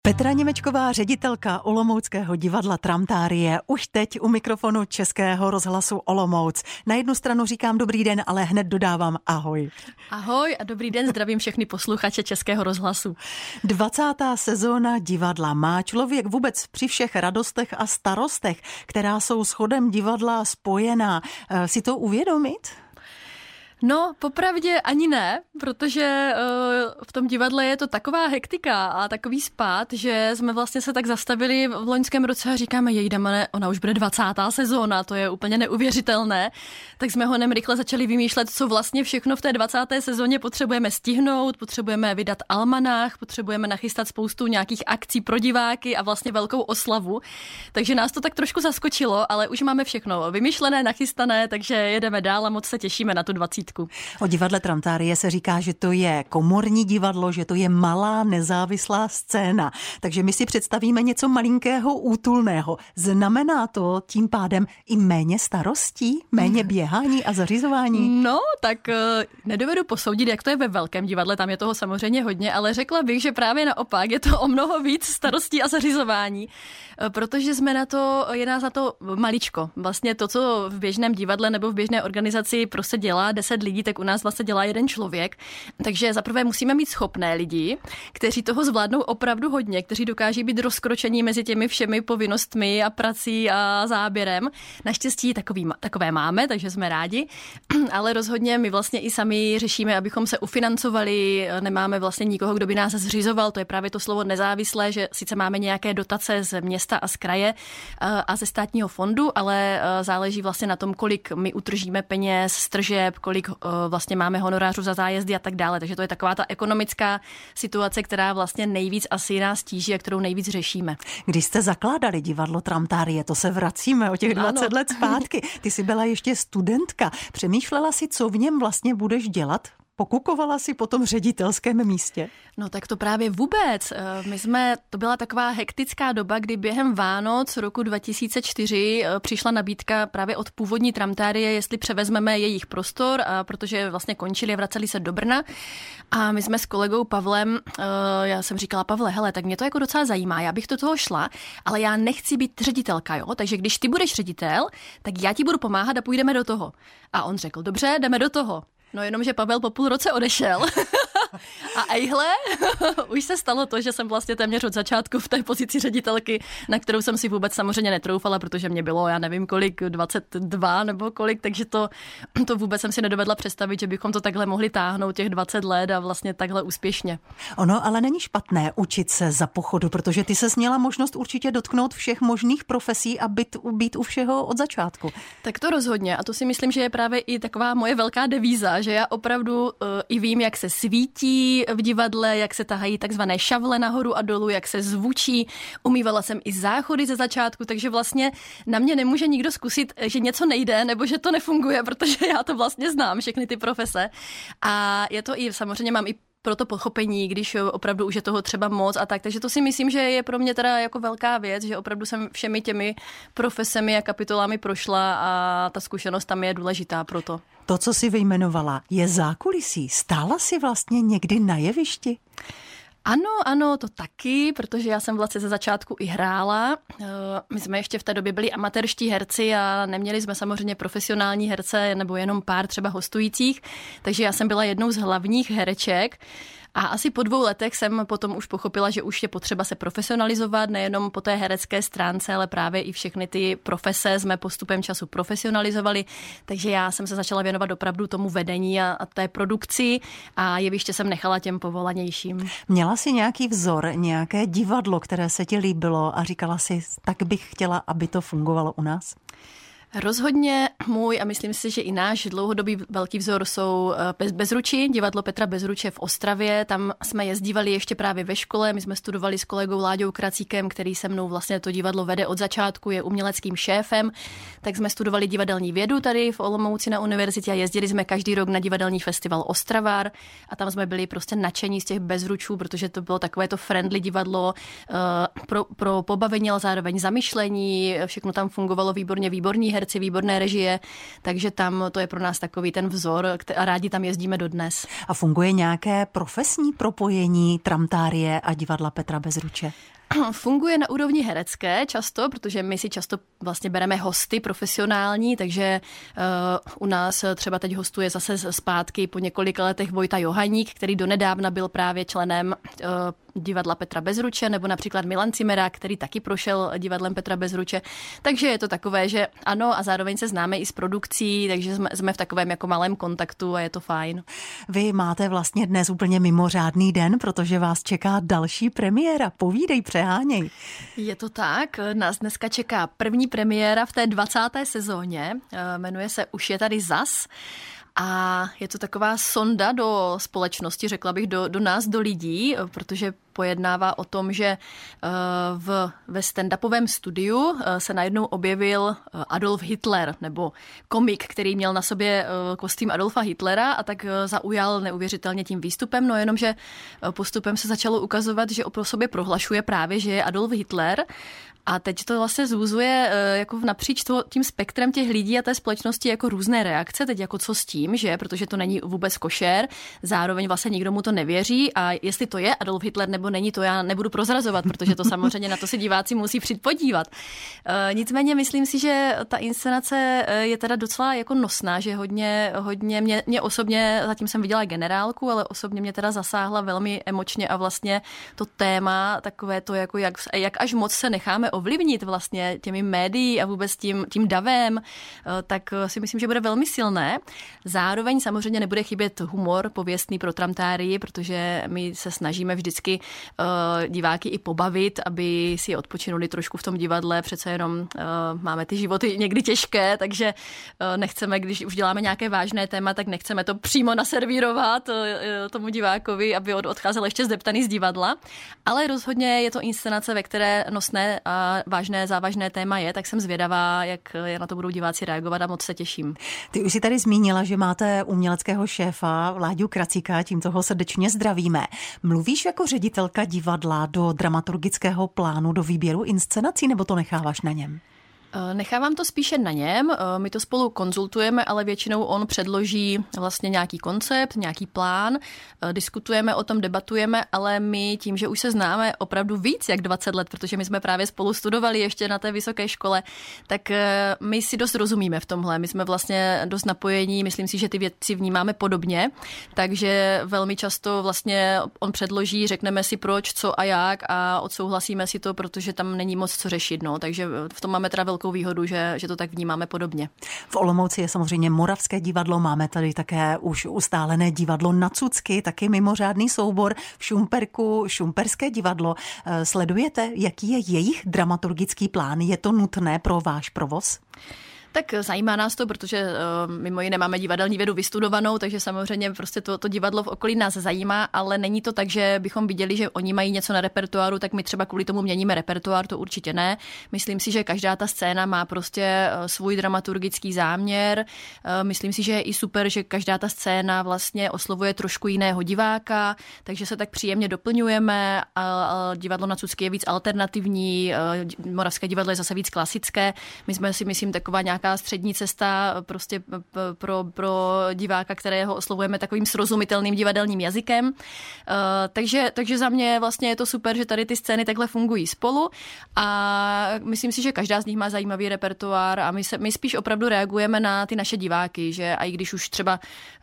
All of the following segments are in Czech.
Petra Němečková, ředitelka Olomouckého divadla Tramtárie, už teď u mikrofonu Českého rozhlasu Olomouc. Na jednu stranu říkám dobrý den, ale hned dodávám ahoj. Ahoj a dobrý den, zdravím všechny posluchače Českého rozhlasu. 20. sezóna divadla. Má člověk vůbec při všech radostech a starostech, která jsou s chodem divadla spojená, si to uvědomit? No, popravdě ani ne, protože v tom divadle je to taková hektika a takový spád, že jsme vlastně se tak zastavili v loňském roce a říkáme, jejdeme, ona už bude 20. sezóna, to je úplně neuvěřitelné. Tak jsme honem rychle začali vymýšlet, co vlastně všechno v té 20. sezóně potřebujeme stihnout, potřebujeme vydat almanách, potřebujeme nachystat spoustu nějakých akcí pro diváky a vlastně velkou oslavu. Takže nás to tak trošku zaskočilo, ale už máme všechno vymyšlené, nachystané, takže jedeme dál a moc se těšíme na tu 20. O divadle Tramtárie se říká, že to je komorní divadlo, že to je malá nezávislá scéna. Takže my si představíme něco malinkého, útulného. Znamená to tím pádem i méně starostí, méně běhání a zařizování? No, tak nedovedu posoudit, jak to je ve velkém divadle, tam je toho samozřejmě hodně, ale řekla bych, že právě naopak je to o mnoho víc starostí a zařizování, protože je nás na to maličko. Vlastně to, co v běžném divadle nebo v běžné organizaci prostě dělá 10 lidí, tak u nás vlastně dělá jeden člověk. Takže zaprvé musíme mít schopné lidi, kteří toho zvládnou opravdu hodně, kteří dokáží být rozkročení mezi těmi všemi povinnostmi a prací a záběrem. Naštěstí takové máme, takže jsme rádi, ale rozhodně my vlastně i sami řešíme, abychom se ufinancovali, nemáme vlastně nikoho, kdo by nás zřizoval, to je právě to slovo nezávislé, že sice máme nějaké dotace z města a z kraje a ze státního fondu, ale záleží vlastně na tom, kolik my utržíme peněz z tržeb, kolik vlastně máme honorářů za zájezdy a tak dále. Takže to je taková ta ekonomická situace, která vlastně nejvíc asi nás tíží a kterou nejvíc řešíme. Když jste zakládali divadlo Tramtárie, to se vracíme o těch 20 let zpátky. Ty jsi byla ještě studentka. Přemýšlela si, co v něm vlastně budeš dělat? Pokukovala si po tom ředitelském místě? No tak to právě vůbec. To byla taková hektická doba, kdy během Vánoc roku 2004 přišla nabídka právě od původní Tramtárie, jestli převezmeme jejich prostor, a protože vlastně končili a vraceli se do Brna. A my jsme s kolegou Pavlem, já jsem říkala, Pavle, hele, tak mě to jako docela zajímá, já bych do toho šla, ale já nechci být ředitelka, jo? Takže když ty budeš ředitel, tak já ti budu pomáhat a půjdeme do toho. A on řekl, dobře, jdeme do toho. No jenomže Pavel po půl roce odešel. A ejhle, už se stalo to, že jsem vlastně téměř od začátku v té pozici ředitelky, na kterou jsem si vůbec samozřejmě netroufala, protože mě bylo, já nevím kolik, 22 nebo kolik, takže to vůbec jsem si nedovedla představit, že bychom to takhle mohli táhnout těch 20 let a vlastně takhle úspěšně. Ono ale není špatné učit se za pochodu, protože ty ses měla možnost určitě dotknout všech možných profesí a být u všeho od začátku. Tak to rozhodně a to si myslím, že je právě i taková moje velká devíza, že já opravdu i vím, jak se svítí v divadle, jak se tahají takzvané šavle nahoru a dolů, jak se zvučí. Umývala jsem i záchody ze začátku, takže vlastně na mě nemůže nikdo zkusit, že něco nejde nebo že to nefunguje, protože já to vlastně znám, všechny ty profese. A je to i, samozřejmě mám i pro to pochopení, když opravdu už je toho třeba moc a tak. Takže to si myslím, že je pro mě teda jako velká věc, že opravdu jsem všemi těmi profesemi a kapitolami prošla a ta zkušenost tam je důležitá pro to. To, co jsi vyjmenovala, je zákulisí. Stála jsi vlastně někdy na jevišti? Ano, to taky, protože já jsem vlastně ze začátku i hrála. My jsme ještě v té době byli amatérští herci a neměli jsme samozřejmě profesionální herce nebo jenom pár třeba hostujících, takže já jsem byla jednou z hlavních hereček. A asi po 2 letech jsem potom už pochopila, že už je potřeba se profesionalizovat, nejenom po té herecké stránce, ale právě i všechny ty profese jsme postupem času profesionalizovali, takže já jsem se začala věnovat opravdu tomu vedení a té produkci a jeviště jsem nechala těm povolanějším. Měla jsi nějaký vzor, nějaké divadlo, které se ti líbilo a říkala si, tak bych chtěla, aby to fungovalo u nás? Rozhodně můj a myslím si, že i náš dlouhodobý velký vzor jsou Bezruči, divadlo Petra Bezruče v Ostravě. Tam jsme jezdívali ještě právě ve škole, my jsme studovali s kolegou Láďou Kracíkem, který se mnou vlastně to divadlo vede od začátku, je uměleckým šéfem, tak jsme studovali divadelní vědu tady v Olomouci na univerzitě a jezdili jsme každý rok na divadelní festival Ostravar a tam jsme byli prostě nadšení z těch Bezručů, protože to bylo takové to friendly divadlo pro pobavení, ale zároveň zamyšlení, všechno tam fungovalo výborně, výborní herci, výborné režie, takže tam to je pro nás takový ten vzor a rádi tam jezdíme dodnes. A funguje nějaké profesní propojení Tramtárie a divadla Petra Bezruče? Funguje na úrovni herecké často, protože my si často vlastně bereme hosty profesionální, takže u nás třeba teď hostuje zase zpátky po několika letech Vojta Johaník, který donedávna byl právě členem divadla Petra Bezruče, nebo například Milan Cimera, který taky prošel divadlem Petra Bezruče. Takže je to takové, že ano, a zároveň se známe i s produkcí, takže jsme v takovém jako malém kontaktu a je to fajn. Vy máte vlastně dnes úplně mimořádný den, protože vás čeká další premiéra. Povídej, přeháněj. Je to tak, nás dneska čeká první premiéra v té 20. sezóně, jmenuje se Už je tady zas. A je to taková sonda do společnosti, řekla bych, do nás, do lidí, protože pojednává o tom, že ve stand-upovém studiu se najednou objevil Adolf Hitler, nebo komik, který měl na sobě kostým Adolfa Hitlera a tak zaujal neuvěřitelně tím výstupem, no jenomže postupem se začalo ukazovat, že o sobě prohlašuje právě, že je Adolf Hitler. A teď to vlastně zúzuje jako napříč tím spektrem těch lidí a té společnosti jako různé reakce, teď jako co s tím, že, protože to není vůbec košer, zároveň vlastně nikdo mu to nevěří a jestli to je Adolf Hitler nebo není, to já nebudu prozrazovat, protože to samozřejmě na to si diváci musí přijít podívat. Nicméně myslím si, že ta inscenace je teda docela jako nosná, že hodně mě osobně, zatím jsem viděla Generálku, ale osobně mě teda zasáhla velmi emočně a vlastně to téma takové to, jako jak až moc se necháme ovlivnit vlastně těmi médií a vůbec tím davem, tak si myslím, že bude velmi silné. Zároveň samozřejmě nebude chybět humor pověstný pro Tramtárii, protože my se snažíme vždycky diváky i pobavit, aby si odpočinuli trošku v tom divadle. Přece jenom máme ty životy někdy těžké, takže nechceme, když už děláme nějaké vážné téma, tak nechceme to přímo naservírovat tomu divákovi, aby odcházel ještě zdeptaný z divadla. Ale rozhodně je to inscenace, ve které nosné a závažné téma je, tak jsem zvědavá, jak na to budou diváci reagovat a moc se těším. Ty už si tady zmínila, že máte uměleckého šéfa Láďu Kracíka, tím toho srdečně zdravíme. Mluvíš jako ředitelka divadla do dramaturgického plánu, do výběru inscenací, nebo to necháváš na něm? Nechávám to spíše na něm, my to spolu konzultujeme, ale většinou on předloží vlastně nějaký koncept, nějaký plán, diskutujeme o tom, debatujeme, ale my tím, že už se známe opravdu víc jak 20 let, protože my jsme právě spolu studovali ještě na té vysoké škole, tak my si dost rozumíme v tomhle, my jsme vlastně dost napojení, myslím si, že ty věci vnímáme podobně, takže velmi často vlastně on předloží, řekneme si proč, co a jak a odsouhlasíme si to, protože tam není moc co řešit, no, takže v tom máme teda velkou výhodu, že to tak vnímáme podobně. V Olomouci je samozřejmě Moravské divadlo, máme tady také už ustálené divadlo Na Cucky, taky mimořádný soubor v Šumperku, Šumperské divadlo. Sledujete, jaký je jejich dramaturgický plán? Je to nutné pro váš provoz? Tak zajímá nás to, protože mimo jiné máme divadelní vědu vystudovanou, takže samozřejmě prostě to divadlo v okolí nás zajímá, ale není to tak, že bychom viděli, že oni mají něco na repertoáru, tak my třeba kvůli tomu měníme repertoár, to určitě ne. Myslím si, že každá ta scéna má prostě svůj dramaturgický záměr. Myslím si, že je i super, že každá ta scéna vlastně oslovuje trošku jiného diváka, takže se tak příjemně doplňujeme. Divadlo Na Cucky je víc alternativní, Moravské divadlo je zase víc klasické. My jsme si myslím taková nějaká střední cesta prostě pro diváka, kterého oslovujeme takovým srozumitelným divadelním jazykem. Takže za mě vlastně je to super, že tady ty scény takhle fungují spolu a myslím si, že každá z nich má zajímavý repertoár a my spíš opravdu reagujeme na ty naše diváky, že a i když už třeba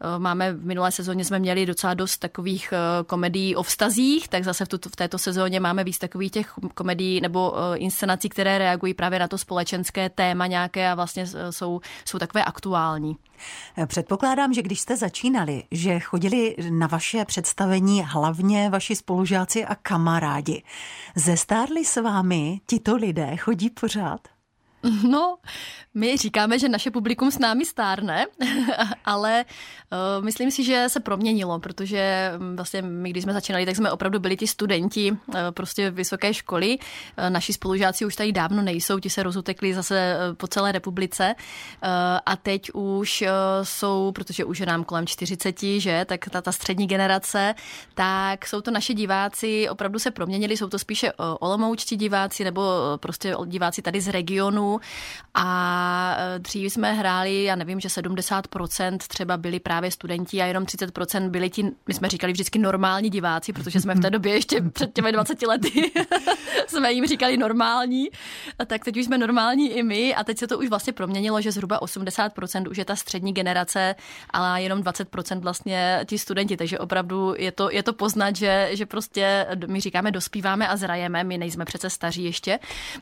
v minulé sezóně jsme měli docela dost takových komedií o vztazích, tak zase v této sezóně máme víc takových těch komedií nebo inscenací, které reagují právě na to společenské téma nějaké a vlastně jsou takové aktuální. Předpokládám, že když jste začínali, že chodili na vaše představení hlavně vaši spolužáci a kamarádi. Zestárli s vámi tito lidé, chodí pořád? No, my říkáme, že naše publikum s námi stárne, ale myslím si, že se proměnilo, protože vlastně my, když jsme začínali, tak jsme opravdu byli ti studenti prostě vysoké školy. Naši spolužáci už tady dávno nejsou, ti se rozutekli zase po celé republice a teď už jsou, protože už je nám kolem 40, že, tak ta střední generace, tak jsou to naši diváci, opravdu se proměnili, jsou to spíše olomoučtí diváci nebo prostě diváci tady z regionu, scénu a dřív jsme hráli, já nevím, že 70% třeba byli právě studenti a jenom 30% byli ti, my jsme říkali vždycky normální diváci, protože jsme v té době ještě před těmi 20 lety jsme jim říkali normální, tak teď už jsme normální i my a teď se to už vlastně proměnilo, že zhruba 80% už je ta střední generace, ale jenom 20% vlastně ti studenti, takže opravdu je to poznat, že prostě my říkáme dospíváme a zrajeme, my nejsme přece staří ještě,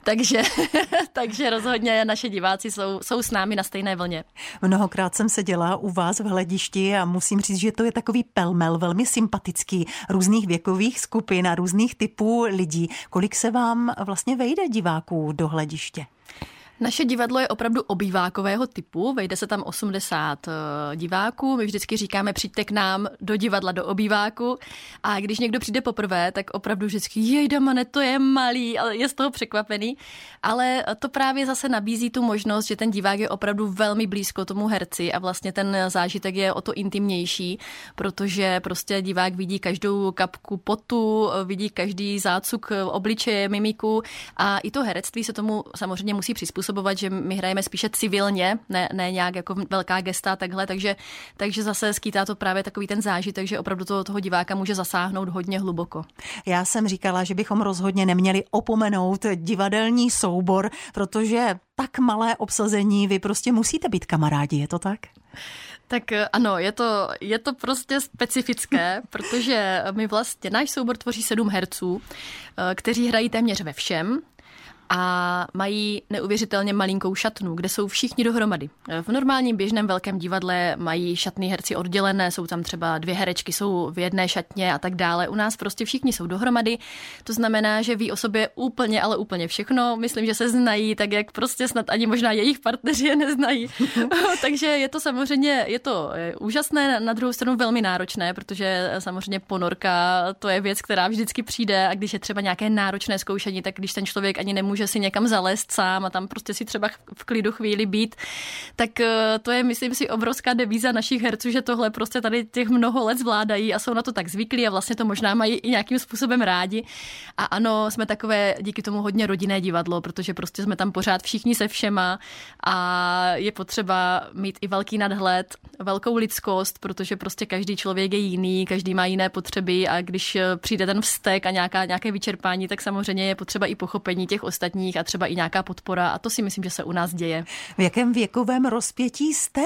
takže rozhodně naše diváci jsou s námi na stejné vlně. Mnohokrát jsem seděla u vás v hledišti a musím říct, že to je takový pelmel, velmi sympatický, různých věkových skupin a různých typů lidí. Kolik se vám vlastně vejde diváků do hlediště? Naše divadlo je opravdu obývákového typu, vejde se tam 80 diváků, my vždycky říkáme přijďte k nám do divadla, do obýváku a když někdo přijde poprvé, tak opravdu vždycky jejda mane, to je malý, ale je z toho překvapený, ale to právě zase nabízí tu možnost, že ten divák je opravdu velmi blízko tomu herci a vlastně ten zážitek je o to intimnější, protože prostě divák vidí každou kapku potu, vidí každý zácuk obličeje, mimiku a i to herectví se tomu samozřejmě musí přizpůsobit, že my hrajeme spíše civilně, ne nějak jako velká gesta takhle, takže zase skýtá to právě takový ten zážitek, že opravdu toho diváka může zasáhnout hodně hluboko. Já jsem říkala, že bychom rozhodně neměli opomenout divadelní soubor, protože tak malé obsazení, vy prostě musíte být kamarádi, je to tak? Tak ano, je to prostě specifické, protože my vlastně, náš soubor tvoří 7 herců, kteří hrají téměř ve všem. A mají neuvěřitelně malinkou šatnu, kde jsou všichni dohromady. V normálním běžném velkém divadle mají šatný herci oddělené, jsou tam třeba 2 herečky, jsou v jedné šatně a tak dále. U nás prostě všichni jsou dohromady, to znamená, že ví o sobě úplně, ale úplně všechno. Myslím, že se znají tak, jak prostě snad ani možná jejich partneři je neznají. Takže je to samozřejmě, je to úžasné, na druhou stranu velmi náročné, protože samozřejmě ponorka, to je věc, která vždycky přijde a když je třeba nějaké náročné zkoušení, tak když ten člověk ani nemůže si někam zalézt sám a tam prostě si třeba v klidu chvíli být, tak to je, myslím si, obrovská devíza našich herců, že tohle prostě tady těch mnoho let zvládají a jsou na to tak zvyklí a vlastně to možná mají i nějakým způsobem rádi. A ano, jsme takové díky tomu hodně rodinné divadlo, protože prostě jsme tam pořád všichni se všema a je potřeba mít i velký nadhled, velkou lidskost, protože prostě každý člověk je jiný, každý má jiné potřeby a když přijde ten vztek a nějaké vyčerpání, tak samozřejmě je potřeba i pochopení těch ostatních a třeba i nějaká podpora a to si myslím, že se u nás děje. V jakém věkovém rozpětí jste?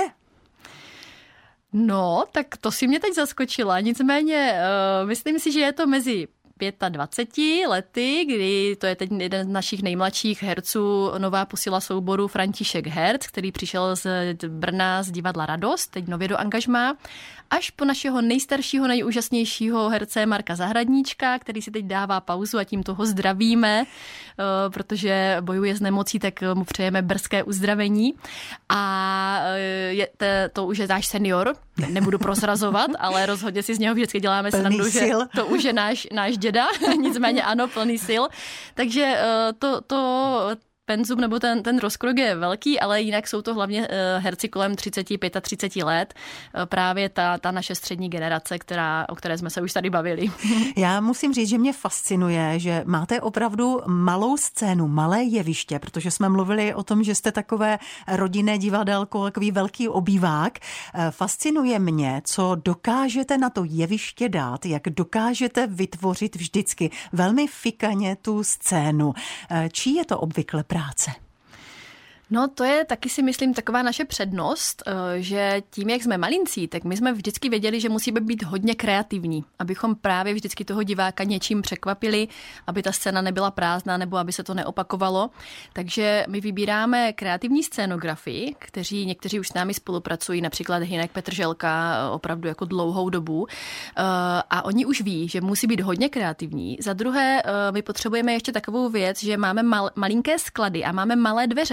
No, tak to si mě teď zaskočila. Nicméně myslím si, že je to mezi 25 lety, kdy to je teď jeden z našich nejmladších herců, nová posila souboru František Herc, který přišel z Brna z divadla Radost, teď nově do angažmá, až po našeho nejstaršího, nejúžasnějšího herce Marka Zahradníčka, který si teď dává pauzu a tím toho zdravíme, protože bojuje s nemocí, tak mu přejeme brzké uzdravení. A to už je náš senior, nebudu prozrazovat, ale rozhodně si z něho vždycky děláme srandu, že to už je náš děda, nicméně ano, plný sil. Takže to penzum nebo ten rozkrok je velký, ale jinak jsou to hlavně herci kolem 30, 35 let. Právě ta naše střední generace, o které jsme se už tady bavili. Já musím říct, že mě fascinuje, že máte opravdu malou scénu, malé jeviště, protože jsme mluvili o tom, že jste takové rodinné divadelko, takový velký obývák. Fascinuje mě, co dokážete na to jeviště dát, jak dokážete vytvořit vždycky velmi fikaně tu scénu. Čí je to obvykle práce? No to je taky si myslím taková naše přednost, že tím, jak jsme malincí, tak my jsme vždycky věděli, že musíme být hodně kreativní, abychom právě vždycky toho diváka něčím překvapili, aby ta scéna nebyla prázdná nebo aby se to neopakovalo. Takže my vybíráme kreativní scénografii, někteří už s námi spolupracují, například Hynek Petrželka opravdu jako dlouhou dobu a oni už ví, že musí být hodně kreativní. Za druhé, my potřebujeme ještě takovou věc, že máme malinké sklady a máme malé dveře, takže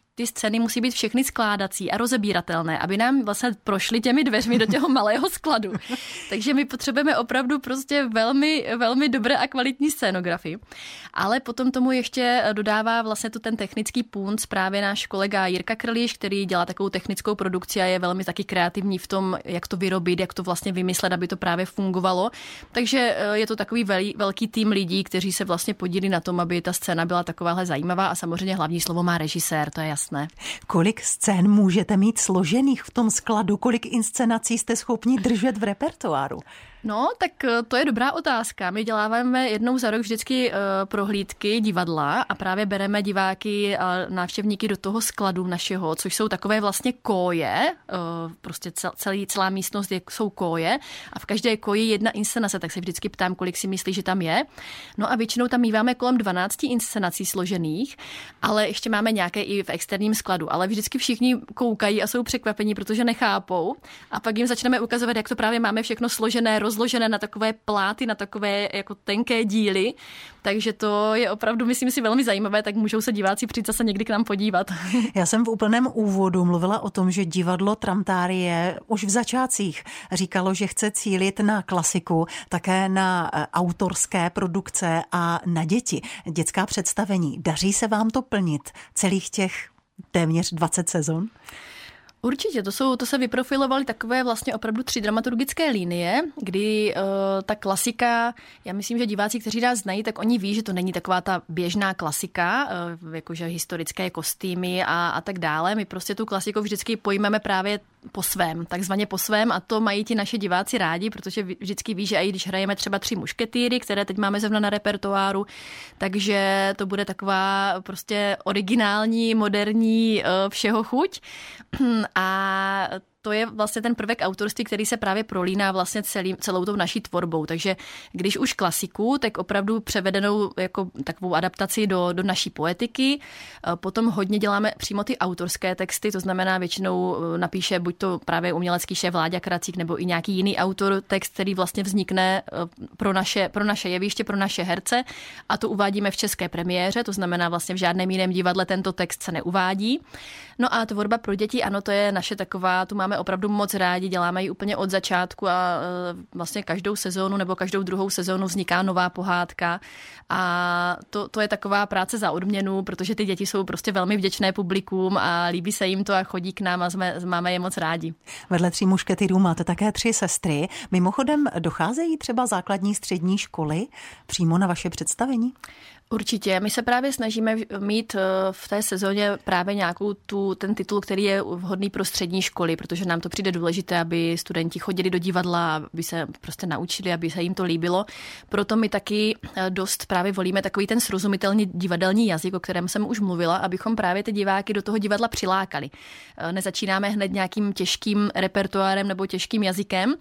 ty scény musí být všechny skládací a rozebíratelné, aby nám vlastně prošly těmi dveřmi do těho malého skladu. Takže my potřebujeme opravdu prostě velmi, velmi dobré a kvalitní scénografii. Ale potom tomu ještě dodává vlastně tu ten technický punc právě náš kolega Jirka Krlíš, který dělá takovou technickou produkci a je velmi taky kreativní v tom, jak to vyrobit, jak to vlastně vymyslet, aby to právě fungovalo. Takže je to takový velký tým lidí, kteří se vlastně podílí na tom, aby ta scéna byla takováhle zajímavá a samozřejmě hlavní slovo má režisér, to je jasné. Kolik scén můžete mít složených v tom skladu? Kolik inscenací jste schopni držet v repertoáru? No, tak to je dobrá otázka. My děláváme jednou za rok vždycky prohlídky divadla a právě bereme diváky a návštěvníky do toho skladu našeho, což jsou takové vlastně koje, prostě celá místnost jsou koje a v každé koji jedna inscenace, tak se vždycky ptám, kolik si myslí, že tam je. No a většinou tam míváme kolem 12 inscenací složených, ale ještě máme nějaké i v externím skladu, ale vždycky všichni koukají a jsou překvapení, protože nechápou a pak jim začneme ukazovat, jak to právě máme všechno složené, rozložené na takové pláty, na takové jako tenké díly, takže to je opravdu, myslím si, velmi zajímavé, tak můžou se diváci přijít zase někdy k nám podívat. Já jsem v úplném úvodu mluvila o tom, že divadlo Tramtárie už v začátcích říkalo, že chce cílit na klasiku, také na autorské produkce a na děti. Dětská představení. Daří se vám to plnit celých těch téměř 20 sezon? Určitě, to se vyprofilovaly takové vlastně opravdu 3 dramaturgické linie, kdy ta klasika, já myslím, že diváci, kteří nás znají, tak oni ví, že to není taková ta běžná klasika, jakože historické kostýmy a tak dále. My prostě tu klasiku vždycky pojmeme právě po svém, takzvaně po svém a to mají ti naši diváci rádi, protože vždycky ví, že i když hrajeme třeba 3 mušketýry, které teď máme zrovna na repertoáru, takže to bude taková prostě originální, moderní všeho chuť a to je vlastně ten prvek autorství, který se právě prolíná vlastně celou tou naší tvorbou. Takže když už klasiku, tak opravdu převedenou jako takovou adaptaci do naší poetiky. Potom hodně děláme přímo ty autorské texty, to znamená většinou napíše buď to právě umělecký šéf Láďa Kracík nebo i nějaký jiný autor text, který vlastně vznikne pro naše jeviště, pro naše herce a to uvádíme v české premiéře, to znamená vlastně v žádném jiném divadle tento text se neuvádí. No a tvorba pro děti, ano, to je naše taková, tu máme opravdu moc rádi, děláme ji úplně od začátku a vlastně každou sezónu nebo každou druhou sezónu vzniká nová pohádka a to je taková práce za odměnu, protože ty děti jsou prostě velmi vděčné publikum a líbí se jim to a chodí k nám a máme je moc rádi. Vedle 3 mušketýrů máte také 3 sestry. Mimochodem docházejí třeba základní střední školy přímo na vaše představení? Určitě. My se právě snažíme mít v té sezóně právě nějakou ten titul, který je vhodný pro střední školy, protože nám to přijde důležité, aby studenti chodili do divadla, aby se prostě naučili, aby se jim to líbilo. Proto my taky dost právě volíme takový ten srozumitelný divadelní jazyk, o kterém jsem už mluvila, abychom právě ty diváky do toho divadla přilákali. Nezačínáme hned nějakým těžkým repertoárem nebo těžkým jazykem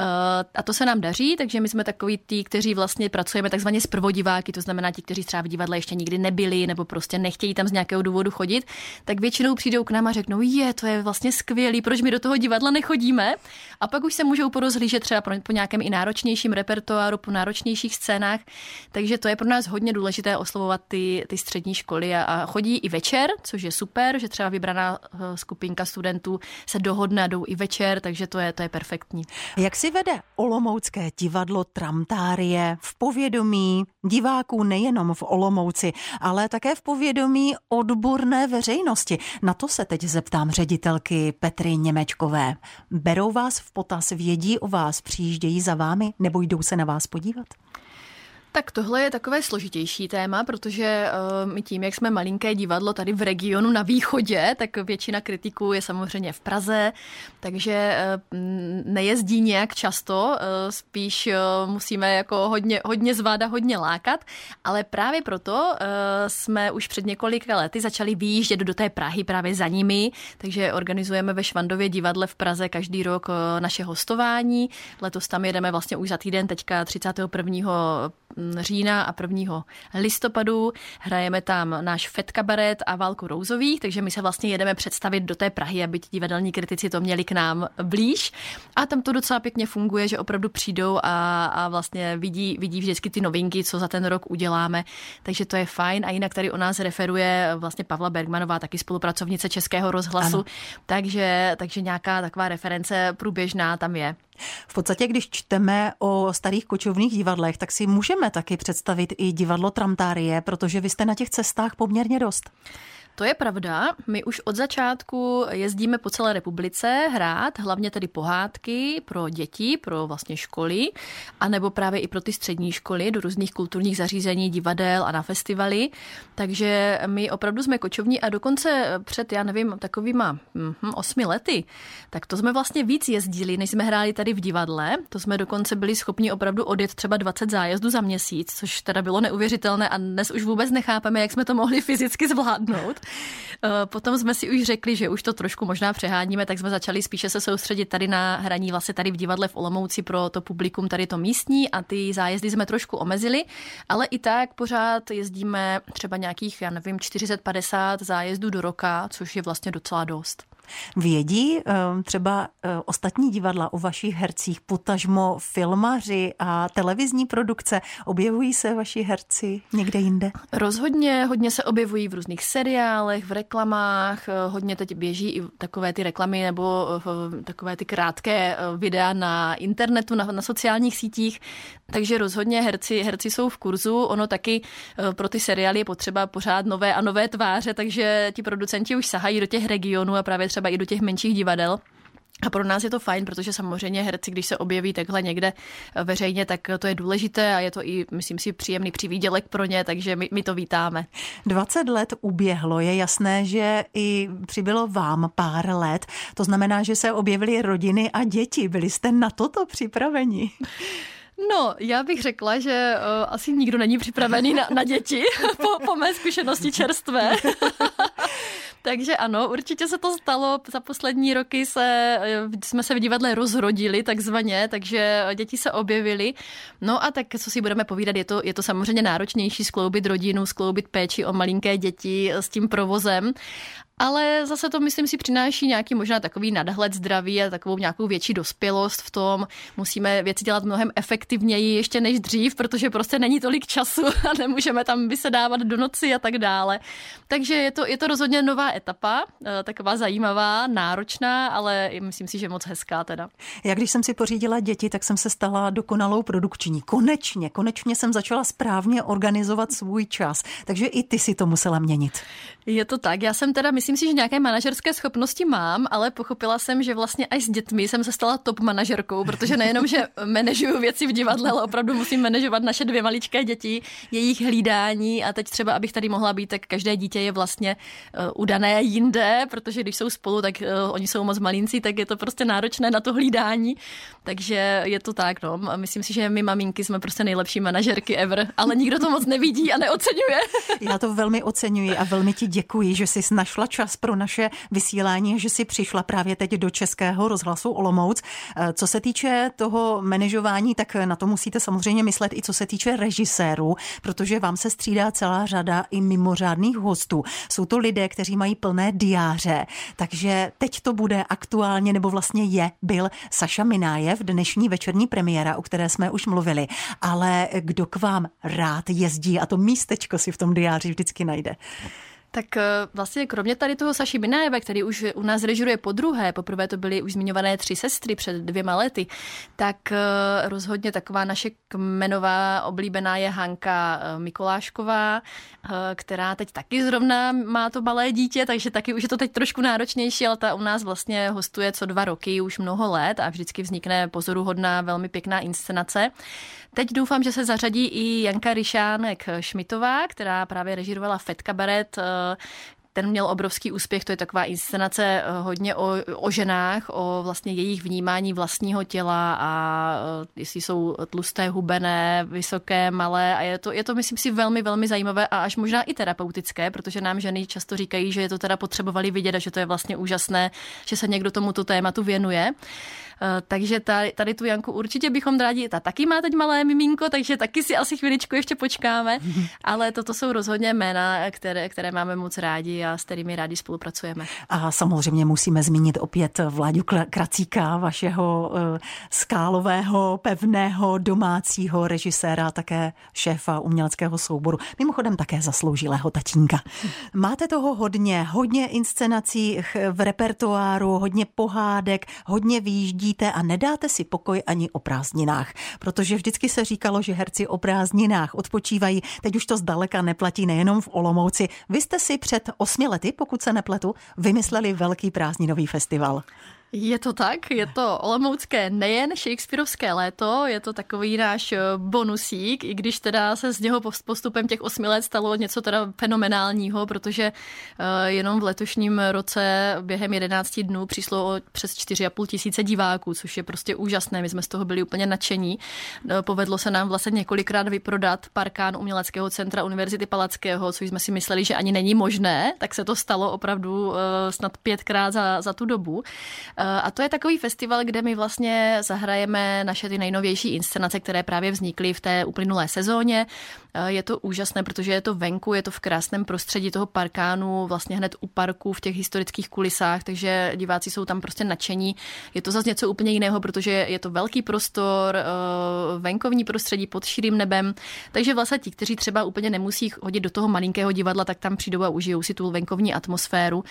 a to se nám daří, takže my jsme takový tí, kteří vlastně pracujeme takzvaně s prvodiváky, to znamená ti, kteří třeba v divadle ještě nikdy nebyli nebo prostě nechtějí tam z nějakého důvodu chodit, tak většinou přijdou k nám a řeknou, to je vlastně skvělý, proč my do toho divadla nechodíme? A pak už se můžou porozhlížet třeba po nějakém i náročnějším repertoáru, po náročnějších scénách, takže to je pro nás hodně důležité oslovovat ty střední školy a chodí i večer, což je super, že třeba vybraná skupinka studentů se dohodne a jdou i večer, takže to je perfektní. Jak si vede olomoucké divadlo Tramtárie v povědomí diváků nejenom v Olomouci, ale také v povědomí odborné veřejnosti? Na to se teď zeptám ředitelky Petry Němečkové. Berou vás v potaz, vědí o vás, přijíždějí za vámi nebo jdou se na vás podívat? Tak tohle je takové složitější téma, protože my tím, jak jsme malinké divadlo tady v regionu na východě, tak většina kritiků je samozřejmě v Praze, takže nejezdí nějak často, spíš musíme jako hodně zvát a hodně lákat, ale právě proto jsme už před několika lety začali vyjíždět do té Prahy právě za nimi, takže organizujeme ve Švandově divadle v Praze každý rok naše hostování. Letos tam jedeme vlastně už za týden, teďka 31. října a 1. listopadu. Hrajeme tam náš Fed kabaret a Válku rouzových, takže my se vlastně jedeme představit do té Prahy, aby ti divadelní kritici to měli k nám blíž. A tam to docela pěkně funguje, že opravdu přijdou a vlastně vidí vždycky ty novinky, co za ten rok uděláme. Takže to je fajn. A jinak tady o nás referuje vlastně Pavla Bergmanová, taky spolupracovnice Českého rozhlasu. Takže nějaká taková reference průběžná tam je. V podstatě, když čteme o starých kočovných divadlech, tak si můžeme taky představit i divadlo Tramtárie, protože vy jste na těch cestách poměrně dost. To je pravda. My už od začátku jezdíme po celé republice hrát, hlavně tedy pohádky pro děti, pro vlastně školy, anebo právě i pro ty střední školy, do různých kulturních zařízení, divadel a na festivaly. Takže my opravdu jsme kočovní a dokonce před, takovýma 8 lety, tak to jsme vlastně víc jezdili, než jsme hráli tady v divadle. To jsme dokonce byli schopni opravdu odjet třeba 20 zájezdů za měsíc, což teda bylo neuvěřitelné a dnes už vůbec nechápeme, jak jsme to mohli fyzicky zvládnout. Potom jsme si už řekli, že už to trošku možná přeháníme, tak jsme začali spíše se soustředit tady na hraní vlastně tady v divadle v Olomouci pro to publikum, tady to místní, a ty zájezdy jsme trošku omezili, ale i tak pořád jezdíme třeba nějakých, 40-50 zájezdů do roka, což je vlastně docela dost. Vědí třeba ostatní divadla o vašich hercích, potažmo filmaři a televizní produkce? Objevují se vaši herci někde jinde? Rozhodně, hodně se objevují v různých seriálech, v reklamách, hodně teď běží i takové ty reklamy nebo takové ty krátké videa na internetu, na sociálních sítích, takže rozhodně herci jsou v kurzu, ono taky pro ty seriály je potřeba pořád nové a nové tváře, takže ti producenti už sahají do těch regionů a právě třeba i do těch menších divadel. A pro nás je to fajn, protože samozřejmě herci, když se objeví takhle někde veřejně, tak to je důležité a je to i, myslím si, příjemný přivýdělek pro ně, takže my to vítáme. 20 let uběhlo, je jasné, že i přibylo vám pár let. To znamená, že se objevily rodiny a děti. Byli jste na toto připraveni? No, já bych řekla, že asi nikdo není připravený na děti po mé zkušenosti čerstvé. Takže ano, určitě se to stalo. Za poslední roky jsme se v divadle rozrodili takzvaně, takže děti se objevily. No a tak, co si budeme povídat, je to samozřejmě náročnější skloubit rodinu, skloubit péči o malinké děti s tím provozem. Ale zase to, myslím si, přináší nějaký možná takový nadhled zdraví a takovou nějakou větší dospělost v tom. Musíme věci dělat mnohem efektivněji ještě než dřív, protože prostě není tolik času a nemůžeme tam vysedávat do noci a tak dále. Takže je to rozhodně nová etapa, taková zajímavá, náročná, ale myslím si, že moc hezká teda. Já když jsem si pořídila děti, tak jsem se stala dokonalou produkční. Konečně jsem začala správně organizovat svůj čas. Takže i ty si to musela měnit. Je to tak. Já jsem teda, myslím si, že nějaké manažerské schopnosti mám, ale pochopila jsem, že vlastně až s dětmi jsem se stala top manažerkou, protože nejenom, že manažuju věci v divadle, ale opravdu musím manažovat naše 2 maličké děti, jejich hlídání a teď třeba, abych tady mohla být, tak každé dítě je vlastně udané jinde, protože když jsou spolu, tak oni jsou moc malinci, tak je to prostě náročné na to hlídání. Takže je to tak, no. Myslím si, že my maminky jsme prostě nejlepší manažerky ever, ale nikdo to moc nevidí a neoceňuje. Já to velmi oceňuji a velmi ti děkuji, že jsi našla čas pro naše vysílání, že jsi přišla právě teď do Českého rozhlasu Olomouc. Co se týče toho manažování, tak na to musíte samozřejmě myslet i co se týče režisérů, protože vám se střídá celá řada i mimořádných hostů. Jsou to lidé, kteří mají plné diáře, takže teď to bude aktuálně, nebo vlastně byl Saša Minájev, dnešní večerní premiéra, o které jsme už mluvili. Ale kdo k vám rád jezdí a to místečko si v tom diáři vždycky najde? Tak vlastně kromě tady toho Saši Minájeva, který už u nás režiruje poprvé to byly už zmiňované 3 sestry před 2 lety, tak rozhodně taková naše kmenová oblíbená je Hanka Mikolášková, která teď taky zrovna má to malé dítě, takže taky už je to teď trošku náročnější, ale ta u nás vlastně hostuje co 2 roky už mnoho let a vždycky vznikne pozoruhodná, velmi pěkná inscenace. Teď doufám, že se zařadí i Janka Ryšánek Šmitová, která právě režírovala Fed kabaret, ten měl obrovský úspěch, to je taková inscenace hodně o ženách, o vlastně jejich vnímání vlastního těla a jestli jsou tlusté, hubené, vysoké, malé a je to myslím si velmi, velmi zajímavé a až možná i terapeutické, protože nám ženy často říkají, že je to teda potřebovali vidět a že to je vlastně úžasné, že se někdo tomuto tématu věnuje. Takže tady tu Janku určitě bychom rádi, ta taky má teď malé miminko, takže taky si asi chviličku ještě počkáme, ale toto jsou rozhodně jména, které máme moc rádi a s kterými rádi spolupracujeme. A samozřejmě musíme zmínit opět Vláďu Kracíka, vašeho skálového, pevného, domácího režiséra, také šéfa uměleckého souboru, mimochodem také zasloužilého tatínka. Máte toho hodně inscenací v repertoáru, hodně pohádek, hodně výjíždí a nedáte si pokoj ani o prázdninách, protože vždycky se říkalo, že herci o prázdninách odpočívají. Teď už to zdaleka neplatí nejenom v Olomouci. Vy jste si před 8 lety, pokud se nepletu, vymysleli velký prázdninový festival. Je to tak, je to olomoucké nejen shakespearovské léto, je to takový náš bonusík, i když teda se z něho postupem těch 8 let stalo něco teda fenomenálního, protože jenom v letošním roce během 11 dnů přišlo přes 4,5 tisíce diváků, což je prostě úžasné, my jsme z toho byli úplně nadšení. Povedlo se nám vlastně několikrát vyprodat parkán Uměleckého centra Univerzity Palackého, což jsme si mysleli, že ani není možné, tak se to stalo opravdu snad 5krát za tu dobu. A to je takový festival, kde my vlastně zahrajeme naše ty nejnovější inscenace, které právě vznikly v té uplynulé sezóně. Je to úžasné, protože je to venku, je to v krásném prostředí toho parkánu, vlastně hned u parku v těch historických kulisách, takže diváci jsou tam prostě nadšení. Je to zase něco úplně jiného, protože je to velký prostor, venkovní prostředí pod širým nebem, takže vlastně ti, kteří třeba úplně nemusí chodit do toho malinkého divadla, tak tam přijdou a užijou si tu venkovní atmosféru.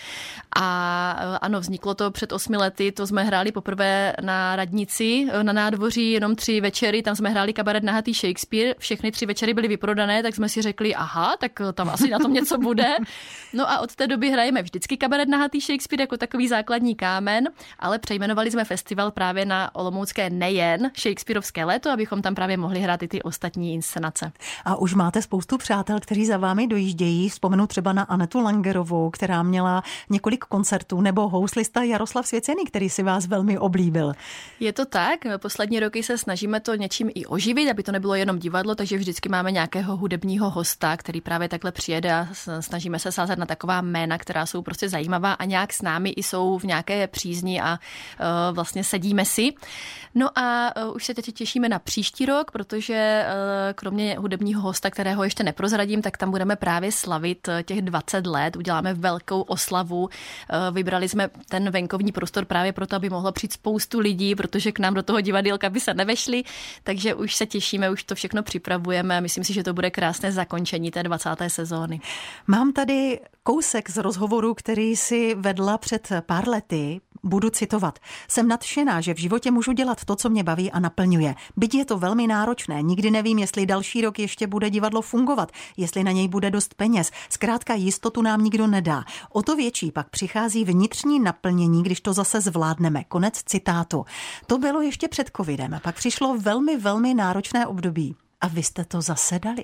A ano, vzniklo to před 8 lety, to jsme hráli poprvé na Radnici, na nádvoří, jenom 3 večery, tam jsme hráli kabaret Nahatý Shakespeare, všechny 3 večery byly vyprodané, tak jsme si řekli, aha, tak tam asi na tom něco bude. No a od té doby hrajeme vždycky kabaret Nahatý Shakespeare jako takový základní kámen, ale přejmenovali jsme festival právě na olomoucké nejen Shakespearovské léto, abychom tam právě mohli hrát i ty ostatní inscenace. A už máte spoustu přátel, kteří za vámi dojíždějí. Vzpomenu třeba na Anetu Langerovou, která měla několik koncertů, nebo houslista Jaroslav Svěcený, který si vás velmi oblíbil. Je to tak. Poslední roky se snažíme to něčím i oživit, aby to nebylo jenom divadlo, takže vždycky máme nějakého hudebního hosta, který právě takhle přijede a snažíme se sázet na taková jména, která jsou prostě zajímavá a nějak s námi i jsou v nějaké přízni a vlastně sedíme si. No a už se teď těšíme na příští rok, protože kromě hudebního hosta, kterého ještě neprozradím, tak tam budeme právě slavit těch 20 let. Uděláme velkou oslavu. Vybrali jsme ten venkovní prostor právě proto, aby mohlo přijít spoustu lidí, protože k nám do toho divadýlka by se nevešli, takže už se těšíme, už to všechno připravujeme a myslím si, že to bude krásné zakončení té 20. sezóny. Mám tady kousek z rozhovoru, který si vedla před pár lety. Budu citovat. Jsem nadšená, že v životě můžu dělat to, co mě baví a naplňuje. Byť je to velmi náročné, nikdy nevím, jestli další rok ještě bude divadlo fungovat, jestli na něj bude dost peněz. Zkrátka jistotu nám nikdo nedá. O to větší pak přichází vnitřní naplnění, když to zase zvládneme. Konec citátu. To bylo ještě před covidem. Pak přišlo velmi, velmi náročné období. A vy jste to zase dali.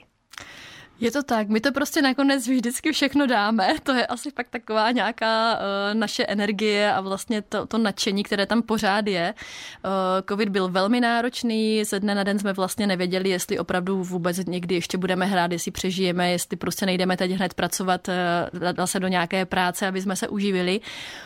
Je to tak, my to prostě nakonec vždycky všechno dáme, to je asi fakt taková nějaká naše energie a vlastně to nadšení, které tam pořád je. Covid byl velmi náročný, ze dne na den jsme vlastně nevěděli, jestli opravdu vůbec někdy ještě budeme hrát, jestli přežijeme, jestli prostě nejdeme teď hned pracovat zase do nějaké práce, aby jsme se uživili.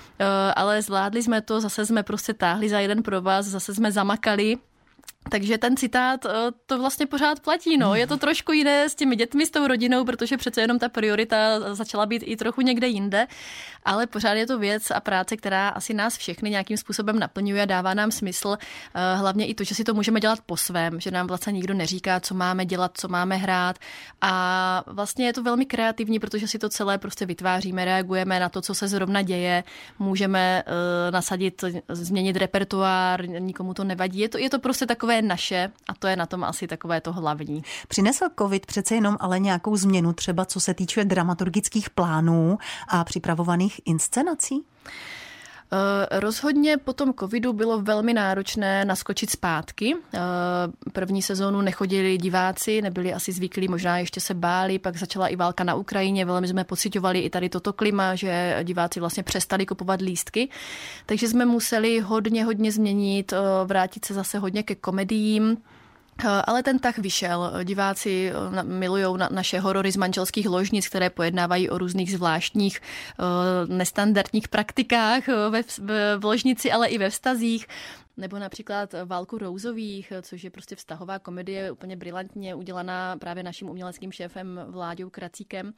Ale zvládli jsme to, zase jsme prostě táhli za jeden provaz, zase jsme zamakali. Takže ten citát, to vlastně pořád platí, no. Je to trošku jiné s těmi dětmi, s tou rodinou, protože přece jenom ta priorita začala být i trochu někde jinde, ale pořád je to věc a práce, která asi nás všechny nějakým způsobem naplňuje a dává nám smysl. Hlavně i to, že si to můžeme dělat po svém, že nám vlastně nikdo neříká, co máme dělat, co máme hrát a vlastně je to velmi kreativní, protože si to celé prostě vytváříme, reagujeme na to, co se zrovna děje, můžeme nasadit, změnit repertoár, nikomu to nevadí. Je to prostě takové naše a to je na tom asi takové to hlavní. Přinesl covid přece jenom ale nějakou změnu, třeba co se týče dramaturgických plánů a připravovaných inscenací? Rozhodně po tom covidu bylo velmi náročné naskočit zpátky. První sezónu nechodili diváci, nebyli asi zvyklí, možná ještě se báli, pak začala i válka na Ukrajině, velmi jsme pociťovali i tady toto klima, že diváci vlastně přestali kupovat lístky, takže jsme museli hodně změnit, vrátit se zase hodně ke komediím. Ale ten tah vyšel. Diváci milují naše horory z manželských ložnic, které pojednávají o různých zvláštních, nestandardních praktikách v ložnici, ale i ve vztazích. Nebo například Válku rouzových, což je prostě vztahová komedie, úplně brilantně udělaná právě naším uměleckým šéfem Vláďou Kracíkem.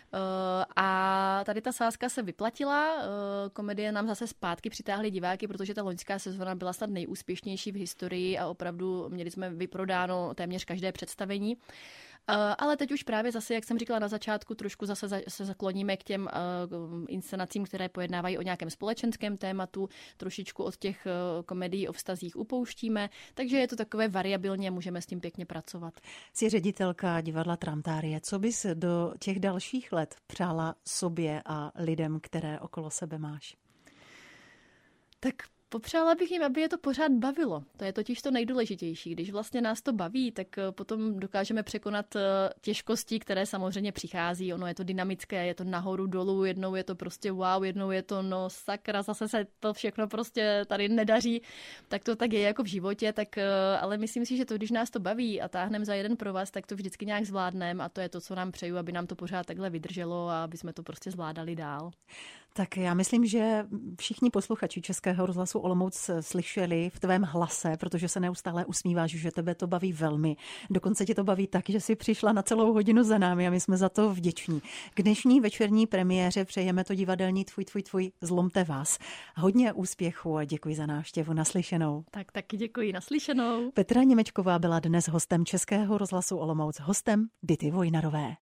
A tady ta sázka se vyplatila, komedie nám zase zpátky přitáhly diváky, protože ta loňská sezóna byla snad nejúspěšnější v historii a opravdu měli jsme vyprodáno téměř každé představení. Ale teď už právě zase, jak jsem říkala na začátku, trošku zase se zakloníme k těm inscenacím, které pojednávají o nějakém společenském tématu, trošičku od těch komedií o vztazích upouštíme, takže je to takové variabilně, můžeme s tím pěkně pracovat. Jsi ředitelka divadla Tramtárie. Co bys do těch dalších let přála sobě a lidem, které okolo sebe máš? Tak popřála bych jim, aby je to pořád bavilo. To je totiž to nejdůležitější. Když vlastně nás to baví, tak potom dokážeme překonat těžkosti, které samozřejmě přichází. Ono je to dynamické, je to nahoru, dolů, jednou je to prostě wow, jednou je to no sakra, zase se to všechno prostě tady nedaří. Tak to tak je jako v životě, tak, ale myslím si, že to, když nás to baví a táhneme za jeden provaz, tak to vždycky nějak zvládneme a to je to, co nám přeju, aby nám to pořád takhle vydrželo a aby jsme to prostě zvládali dál. Tak já myslím, že všichni posluchači Českého rozhlasu Olomouc slyšeli v tvém hlase, protože se neustále usmíváš, že tebe to baví velmi. Dokonce tě to baví tak, že jsi přišla na celou hodinu za námi a my jsme za to vděční. K dnešní večerní premiéře přejeme to divadelní Tvůj, zlomte vás. Hodně úspěchu a děkuji za návštěvu. Naslyšenou. Tak taky děkuji, naslyšenou. Petra Němečková byla dnes hostem Českého rozhlasu Olomouc, hostem Dity Vojnarové.